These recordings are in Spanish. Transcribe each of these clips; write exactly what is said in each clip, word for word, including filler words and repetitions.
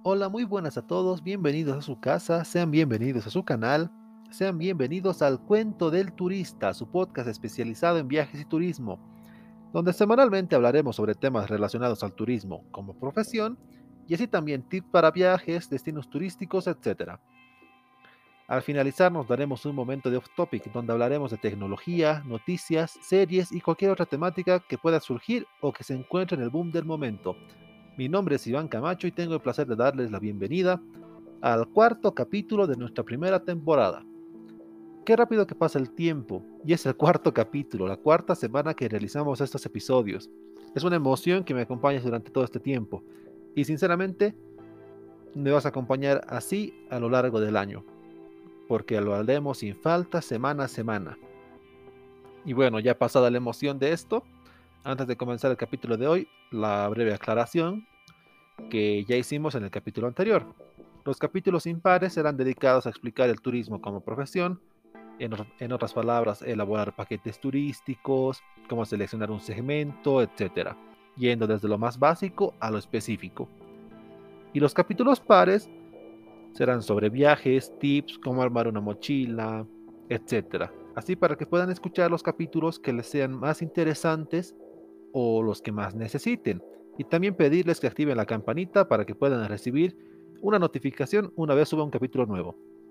Hola, muy buenas a todos, bienvenidos a su casa, sean bienvenidos a su canal, sean bienvenidos al Cuento del Turista, su podcast especializado en viajes y turismo, donde semanalmente hablaremos sobre temas relacionados al turismo como profesión y así también tips para viajes, destinos turísticos, etcétera. Al finalizar nos daremos un momento de off-topic donde hablaremos de tecnología, noticias, series y cualquier otra temática que pueda surgir o que se encuentre en el boom del momento. Mi nombre es Iván Camacho y tengo el placer de darles la bienvenida al cuarto capítulo de nuestra primera temporada. Qué rápido que pasa el tiempo, y es el cuarto capítulo, la cuarta semana que realizamos estos episodios. Es una emoción que me acompaña durante todo este tiempo, y sinceramente me vas a acompañar así a lo largo del año, porque lo haremos sin falta semana a semana. Y bueno, ya pasada la emoción de esto, antes de comenzar el capítulo de hoy, la breve aclaración que ya hicimos en el capítulo anterior. Los capítulos impares serán dedicados a explicar el turismo como profesión, en, en otras palabras, elaborar paquetes turísticos, cómo seleccionar un segmento, etcétera, yendo desde lo más básico a lo específico. Y los capítulos pares serán sobre viajes, tips, cómo armar una mochila, etcétera. Así para que puedan escuchar los capítulos que les sean más interesantes o los que más necesiten. Y también pedirles que activen la campanita para que puedan recibir una notificación una vez suba un capítulo nuevo.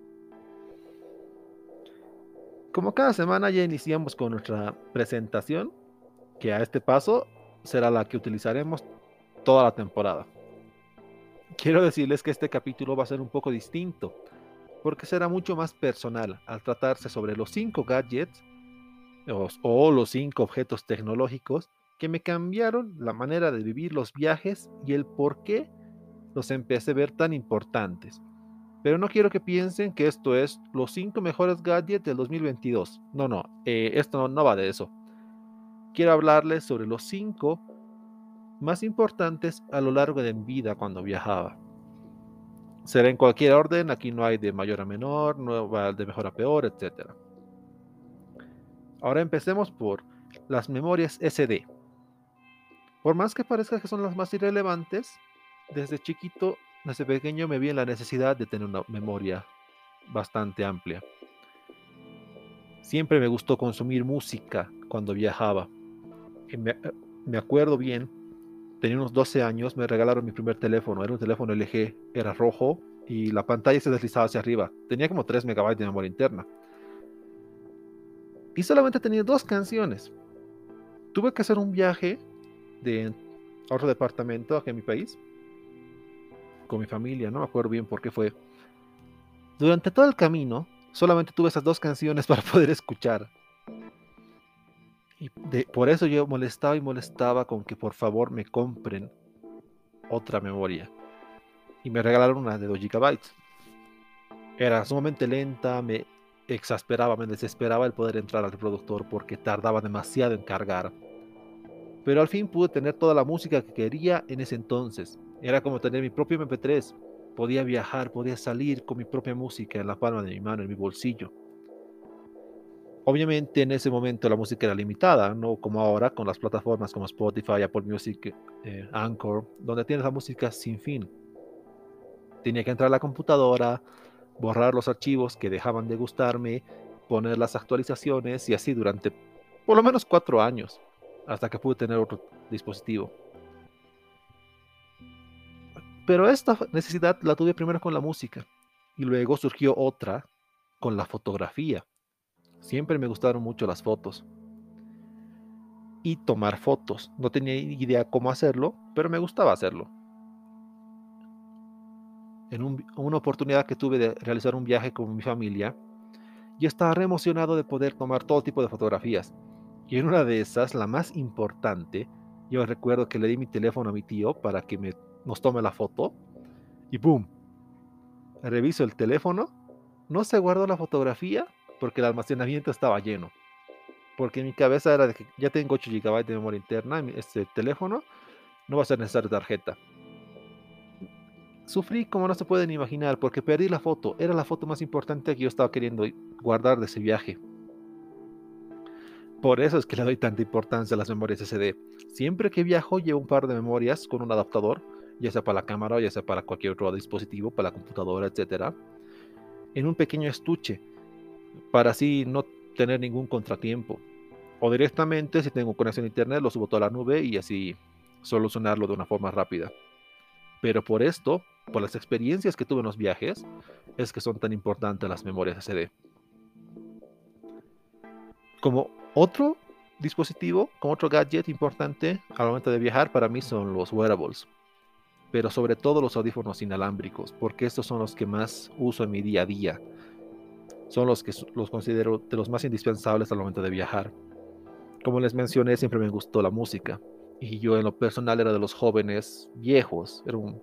Como cada semana ya iniciamos con nuestra presentación, que a este paso será la que utilizaremos toda la temporada. Quiero decirles que este capítulo va a ser un poco distinto, porque será mucho más personal al tratarse sobre los cinco gadgets o, o los cinco objetos tecnológicos que me cambiaron la manera de vivir los viajes y el por qué los empecé a ver tan importantes. Pero no quiero que piensen que esto es los cinco mejores gadgets del dos mil veintidós. No, no, eh, esto no, no va de eso. Quiero hablarles sobre los cinco más importantes a lo largo de mi vida cuando viajaba. Será en cualquier orden, aquí no hay de mayor a menor, no va de mejor a peor, etcétera. Ahora empecemos por las memorias ese de. Por más que parezca que son las más irrelevantes, desde chiquito, desde pequeño me vi en la necesidad de tener una memoria bastante amplia. Siempre me gustó consumir música cuando viajaba. Y me, me acuerdo bien, tenía unos doce años, me regalaron mi primer teléfono, era un teléfono L G, era rojo y la pantalla se deslizaba hacia arriba. Tenía como tres megabytes de memoria interna. Y solamente tenía dos canciones. Tuve que hacer un viaje de a otro departamento aquí en mi país, con mi familia, no me acuerdo bien por qué fue. Durante todo el camino, solamente tuve esas dos canciones para poder escuchar. Y de, por eso yo molestaba y molestaba con que por favor me compren otra memoria. Y me regalaron una de dos gigabytes. Era sumamente lenta, me exasperaba, me desesperaba el poder entrar al reproductor porque tardaba demasiado en cargar. Pero al fin pude tener toda la música que quería en ese entonces. Era como tener mi propio eme pe tres. Podía viajar, podía salir con mi propia música en la palma de mi mano, en mi bolsillo. Obviamente en ese momento la música era limitada, no como ahora con las plataformas como Spotify, Apple Music, eh, Anchor, donde tienes la música sin fin. Tenía que entrar a la computadora, borrar los archivos que dejaban de gustarme, poner las actualizaciones y así durante por lo menos cuatro años, hasta que pude tener otro dispositivo. Pero esta necesidad la tuve primero con la música y luego surgió otra con la fotografía. Siempre me gustaron mucho las fotos y tomar fotos. No tenía idea cómo hacerlo, pero me gustaba hacerlo. En un, una oportunidad que tuve de realizar un viaje con mi familia, yo estaba re emocionado de poder tomar todo tipo de fotografías. Y en una de esas, la más importante, yo recuerdo que le di mi teléfono a mi tío para que me, nos tome la foto y ¡boom! Reviso el teléfono, no se guardó la fotografía porque el almacenamiento estaba lleno. Porque en mi cabeza era de que ya tengo ocho gigabytes de memoria interna en este teléfono, no va a ser necesario tarjeta. Sufrí como no se pueden imaginar porque perdí la foto. Era la foto más importante que yo estaba queriendo guardar de ese viaje. Por eso es que le doy tanta importancia a las memorias ese de. Siempre que viajo llevo un par de memorias con un adaptador ya sea para la cámara, ya sea para cualquier otro dispositivo, para la computadora, etcétera, en un pequeño estuche, para así no tener ningún contratiempo. O directamente, si tengo conexión a internet, lo subo a la nube y así solucionarlo de una forma rápida. Pero por esto, por las experiencias que tuve en los viajes, es que son tan importantes las memorias S D. Como otro dispositivo, como otro gadget importante al momento de viajar, para mí son los wearables, pero sobre todo los audífonos inalámbricos, porque estos son los que más uso en mi día a día. Son los que los considero de los más indispensables al momento de viajar. Como les mencioné, siempre me gustó la música. Y yo en lo personal era de los jóvenes viejos, era un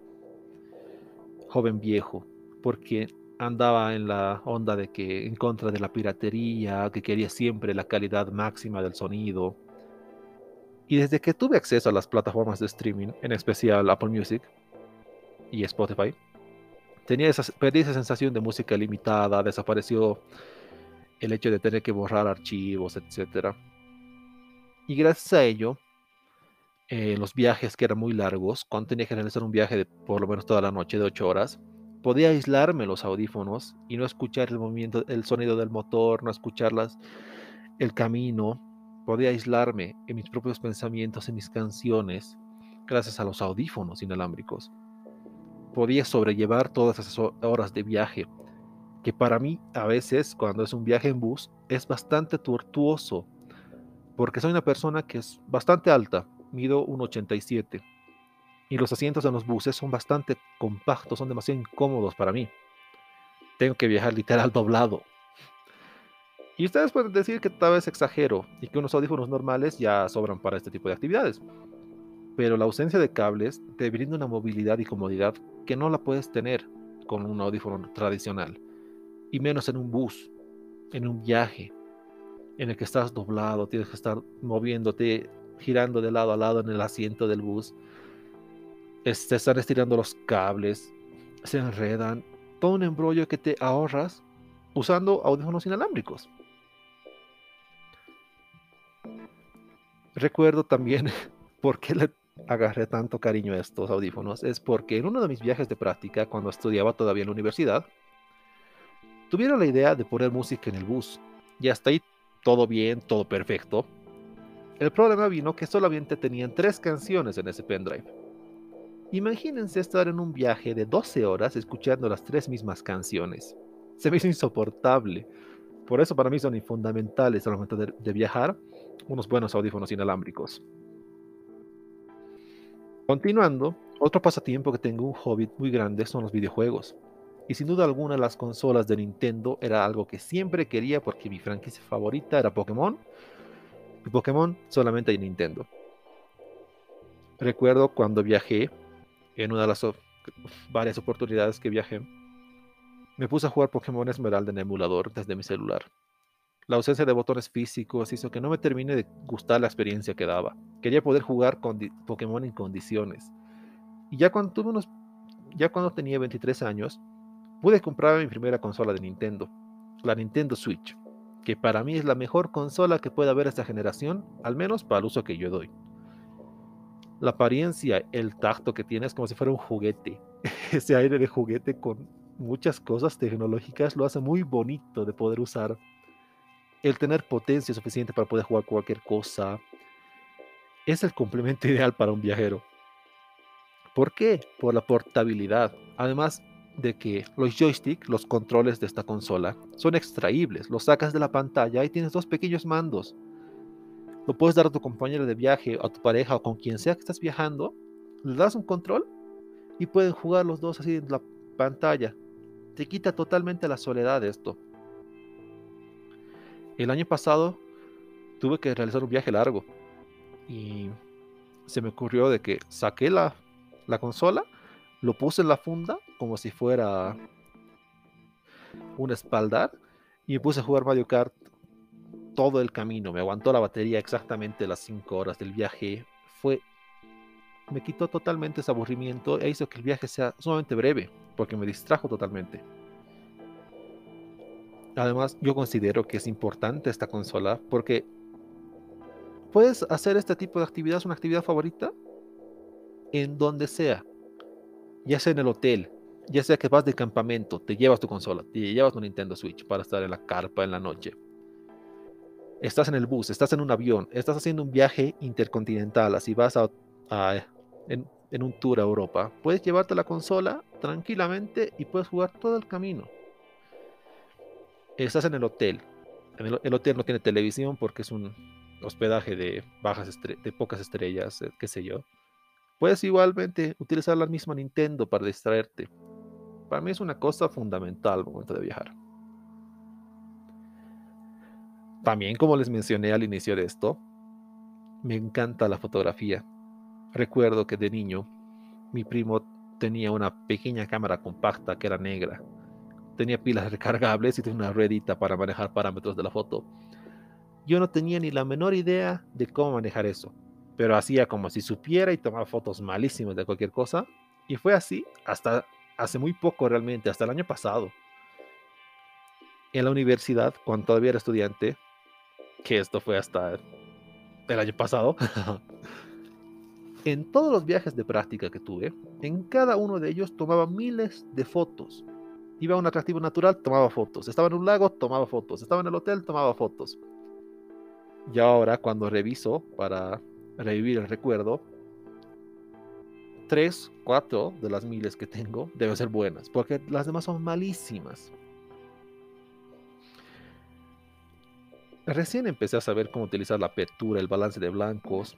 joven viejo, porque andaba en la onda de que en contra de la piratería, que quería siempre la calidad máxima del sonido. Y desde que tuve acceso a las plataformas de streaming, en especial Apple Music y Spotify, tenía esa, perdí esa sensación de música limitada, desapareció el hecho de tener que borrar archivos, etcétera. Y gracias a ello, eh, los viajes que eran muy largos, cuando tenía que realizar un viaje de por lo menos toda la noche de ocho horas, podía aislarme los audífonos y no escuchar el movimiento, el sonido del motor, no escucharlas, el camino. Podía aislarme en mis propios pensamientos, en mis canciones, gracias a los audífonos inalámbricos. Podía sobrellevar todas esas horas de viaje, que para mí a veces, cuando es un viaje en bus, es bastante tortuoso, porque soy una persona que es bastante alta, mido uno ochenta y siete y los asientos en los buses son bastante compactos, son demasiado incómodos para mí. Tengo que viajar literal doblado. Y ustedes pueden decir que tal vez exagero y que unos audífonos normales ya sobran para este tipo de actividades. Pero la ausencia de cables te brinda una movilidad y comodidad que no la puedes tener con un audífono tradicional. Y menos en un bus, en un viaje, en el que estás doblado, tienes que estar moviéndote, girando de lado a lado en el asiento del bus. Se están estirando los cables, se enredan, todo un embrollo que te ahorras usando audífonos inalámbricos. Recuerdo también por qué le agarré tanto cariño a estos audífonos. Es porque en uno de mis viajes de práctica, cuando estudiaba todavía en la universidad, tuvieron la idea de poner música en el bus. Y hasta ahí todo bien, todo perfecto. El problema vino que solamente tenían tres canciones en ese pendrive. Imagínense estar en un viaje de doce horas escuchando las tres mismas canciones. Se me hizo insoportable. Por eso para mí son fundamentales al momento de, de viajar unos buenos audífonos inalámbricos. Continuando, otro pasatiempo que tengo, un hobby muy grande, son los videojuegos. Y sin duda alguna las consolas de Nintendo era algo que siempre quería porque mi franquicia favorita era Pokémon. Y Pokémon solamente hay en Nintendo. Recuerdo cuando viajé, en una de las varias oportunidades que viajé, me puse a jugar Pokémon Esmeralda en emulador desde mi celular. La ausencia de botones físicos hizo que no me termine de gustar la experiencia que daba. Quería poder jugar con Pokémon en condiciones. Y ya cuando tuve unos, ya cuando tenía veintitrés años, pude comprar mi primera consola de Nintendo, la Nintendo Switch, que para mí es la mejor consola que puede haber esta generación, al menos para el uso que yo doy. La apariencia, el tacto que tiene es como si fuera un juguete. Ese aire de juguete con muchas cosas tecnológicas lo hace muy bonito de poder usar. El tener potencia suficiente para poder jugar cualquier cosa es el complemento ideal para un viajero. ¿Por qué? Por la portabilidad. Además de que los joysticks, los controles de esta consola, son extraíbles. Los sacas de la pantalla y tienes dos pequeños mandos. Lo puedes dar a tu compañero de viaje, a tu pareja o con quien sea que estás viajando. Le das un control y pueden jugar los dos así en la pantalla. Te quita totalmente la soledad de esto. El año pasado tuve que realizar un viaje largo y se me ocurrió de que saqué la, la consola, lo puse en la funda como si fuera un espaldar y me puse a jugar Mario Kart todo el camino. Me aguantó la batería exactamente las cinco horas del viaje. Fue, me quitó totalmente ese aburrimiento e hizo que el viaje sea sumamente breve porque me distrajo totalmente. Además, yo considero que es importante esta consola porque puedes hacer este tipo de actividad, una actividad favorita, en donde sea. ya sea en el hotel, ya sea que vas de campamento, te llevas tu consola, te llevas tu Nintendo Switch para estar en la carpa en la noche. Estás en el bus, estás en un avión, estás haciendo un viaje intercontinental, así vas a, a- en, en un tour a Europa, puedes llevarte la consola tranquilamente y puedes jugar todo el camino. Estás en el hotel. En el, el hotel no tiene televisión porque es un hospedaje de bajas estre- de pocas estrellas, eh, qué sé yo. Puedes igualmente utilizar la misma Nintendo para distraerte. Para mí es una cosa fundamental al momento de viajar. También, como les mencioné al inicio de esto, me encanta la fotografía. Recuerdo que de niño mi primo tenía una pequeña cámara compacta que era negra. Tenía pilas recargables y tenía una ruedita para manejar parámetros de la foto. Yo no tenía ni la menor idea de cómo manejar eso, pero hacía como si supiera y tomaba fotos malísimas de cualquier cosa. Y fue así hasta hace muy poco realmente, hasta el año pasado. En la universidad, cuando todavía era estudiante, que esto fue hasta el año pasado, en todos los viajes de práctica que tuve, en cada uno de ellos tomaba miles de fotos. Iba a un atractivo natural, tomaba fotos. Estaba en un lago, tomaba fotos. Estaba en el hotel, tomaba fotos. Y ahora, cuando reviso para revivir el recuerdo, tres, cuatro de las miles que tengo deben ser buenas, porque las demás son malísimas. Recién empecé a saber cómo utilizar la apertura, el balance de blancos,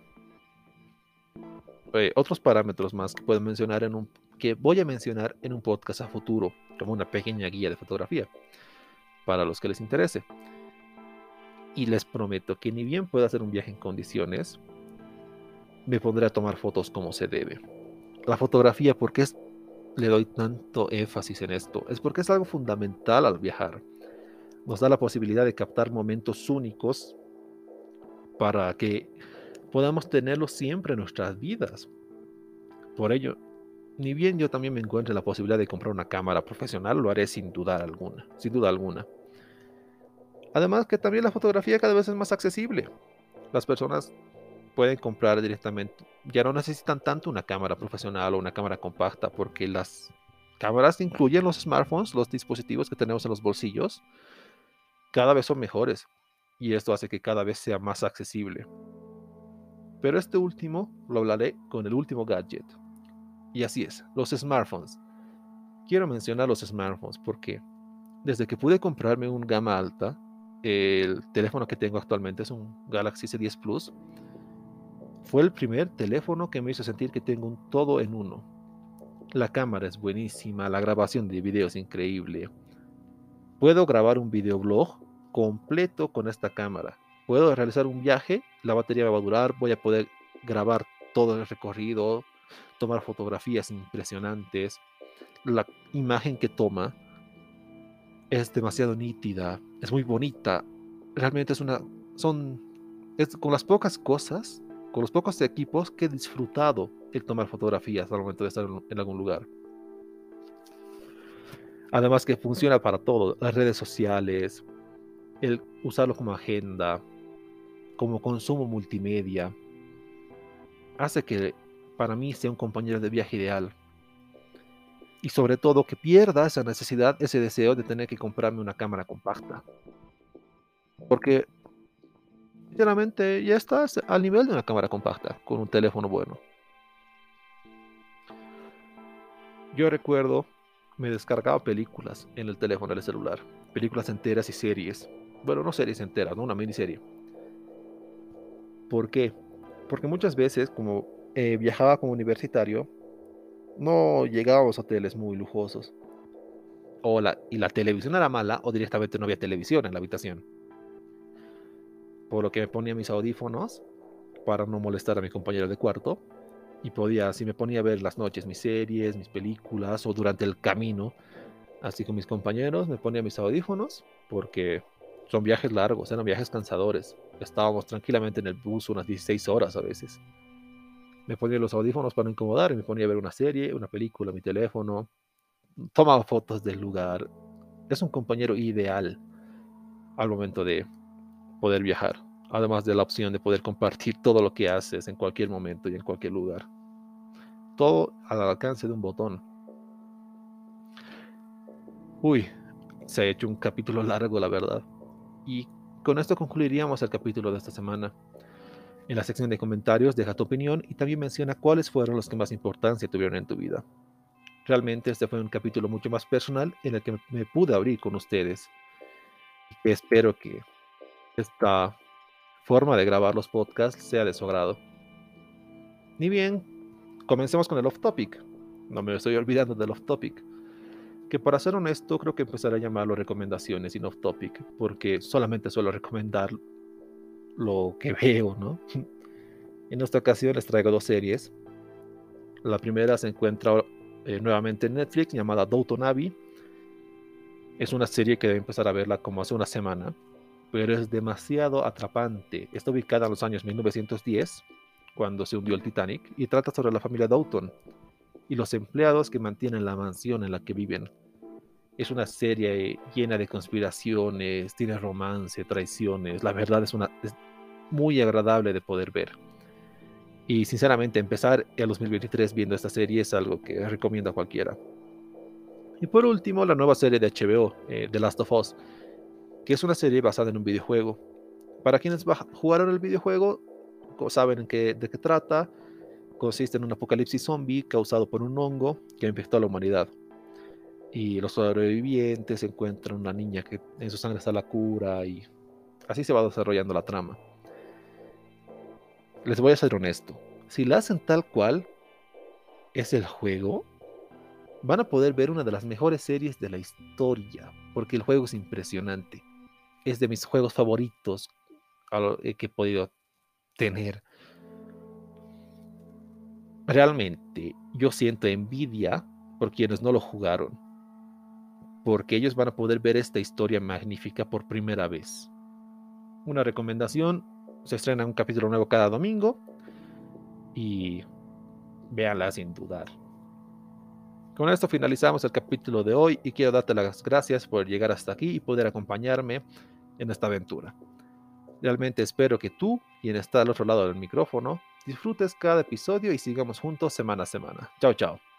eh, otros parámetros más que puedo mencionar en un que voy a mencionar en un podcast a futuro, como una pequeña guía de fotografía para los que les interese. Y les prometo que ni bien pueda hacer un viaje en condiciones, me pondré a tomar fotos como se debe. La fotografía, ¿por qué es, le doy tanto énfasis en esto? Es porque es algo fundamental al viajar. Nos da la posibilidad de captar momentos únicos para que podamos tenerlos siempre en nuestras vidas. Por ello, ni bien yo también me encuentre la posibilidad de comprar una cámara profesional, lo haré sin dudar alguna, sin duda alguna. Además que también la fotografía cada vez es más accesible. Las personas pueden comprar directamente, ya no necesitan tanto una cámara profesional o una cámara compacta porque las cámaras que incluyen los smartphones, los dispositivos que tenemos en los bolsillos, cada vez son mejores y esto hace que cada vez sea más accesible. Pero este último lo hablaré con el último gadget. Y así es, los smartphones. Quiero mencionar los smartphones porque desde que pude comprarme un gama alta, el teléfono que tengo actualmente es un Galaxy S diez Plus, fue el primer teléfono que me hizo sentir que tengo un todo en uno. La cámara es buenísima, la grabación de video es increíble. Puedo grabar un videoblog completo con esta cámara. Puedo realizar un viaje, la batería me va a durar, voy a poder grabar todo el recorrido, tomar fotografías impresionantes. La imagen que toma es demasiado nítida, es muy bonita. Realmente es una, son, es con las pocas cosas, con los pocos equipos que he disfrutado el tomar fotografías al momento de estar en, en algún lugar. Además que funciona para todo, las redes sociales, el usarlo como agenda, como consumo multimedia, hace que para mí sea un compañero de viaje ideal. Y sobre todo que pierda esa necesidad, ese deseo de tener que comprarme una cámara compacta. Porque sinceramente ya estás al nivel de una cámara compacta con un teléfono bueno. Yo recuerdo, me descargaba películas en el teléfono del celular, películas enteras y series. Bueno, no series enteras, ¿no? Una miniserie. ¿Por qué? Porque muchas veces, como eh, viajaba como universitario, no llegábamos a hoteles muy lujosos. O la, y la televisión era mala, o directamente no había televisión en la habitación. Por lo que me ponía mis audífonos para no molestar a mi compañero de cuarto. Y podía, si me ponía a ver las noches mis series, mis películas, o durante el camino, así con mis compañeros, me ponía mis audífonos, porque son viajes largos, eran viajes cansadores. Estábamos tranquilamente en el bus unas dieciséis horas a veces. Me ponía los audífonos para no incomodar y me ponía a ver una serie, una película, mi teléfono, tomaba fotos del lugar. Es un compañero ideal al momento de poder viajar, además de la opción de poder compartir todo lo que haces en cualquier momento y en cualquier lugar. Todo al alcance de un botón. Uy, se ha hecho un capítulo largo, la verdad. Y con esto concluiríamos el capítulo de esta semana. En la sección de comentarios deja tu opinión y también menciona cuáles fueron los que más importancia tuvieron en tu vida. Realmente este fue un capítulo mucho más personal en el que me pude abrir con ustedes y que espero que esta forma de grabar los podcasts sea de su agrado. Ni bien, comencemos con el off topic. No me estoy olvidando del off topic. Que para ser honesto, creo que empezaré a llamarlo recomendaciones y no off topic, porque solamente suelo recomendar lo que veo, ¿no? En esta ocasión les traigo dos series. La primera se encuentra eh, nuevamente en Netflix, llamada Downton Abbey. Es una serie que debe empezar a verla como hace una semana, pero es demasiado atrapante. Está ubicada en los años mil novecientos diez, cuando se hundió el Titanic, y trata sobre la familia Downton y los empleados que mantienen la mansión en la que viven. Es una serie llena de conspiraciones, tiene romance, traiciones. La verdad es, una, es muy agradable de poder ver. Y sinceramente, empezar el dos mil veintitrés viendo esta serie es algo que recomiendo a cualquiera. Y por último, la nueva serie de H B O, eh, The Last of Us, que es una serie basada en un videojuego. Para quienes jugaron el videojuego, saben que, de qué trata. Consiste en un apocalipsis zombie causado por un hongo que infectó a la humanidad. Y los sobrevivientes encuentran una niña que en su sangre está la cura y así se va desarrollando la trama. Les voy a ser honesto. Si la hacen tal cual es el juego, van a poder ver una de las mejores series de la historia, porque el juego es impresionante. Es de mis juegos favoritos a lo que he podido tener. Realmente yo siento envidia por quienes no lo jugaron, porque ellos van a poder ver esta historia magnífica por primera vez. Una recomendación, se estrena un capítulo nuevo cada domingo y véanla sin dudar. Con esto finalizamos el capítulo de hoy y quiero darte las gracias por llegar hasta aquí y poder acompañarme en esta aventura. Realmente espero que tú, quien está al otro lado del micrófono, disfrutes cada episodio y sigamos juntos semana a semana. Chao, chao.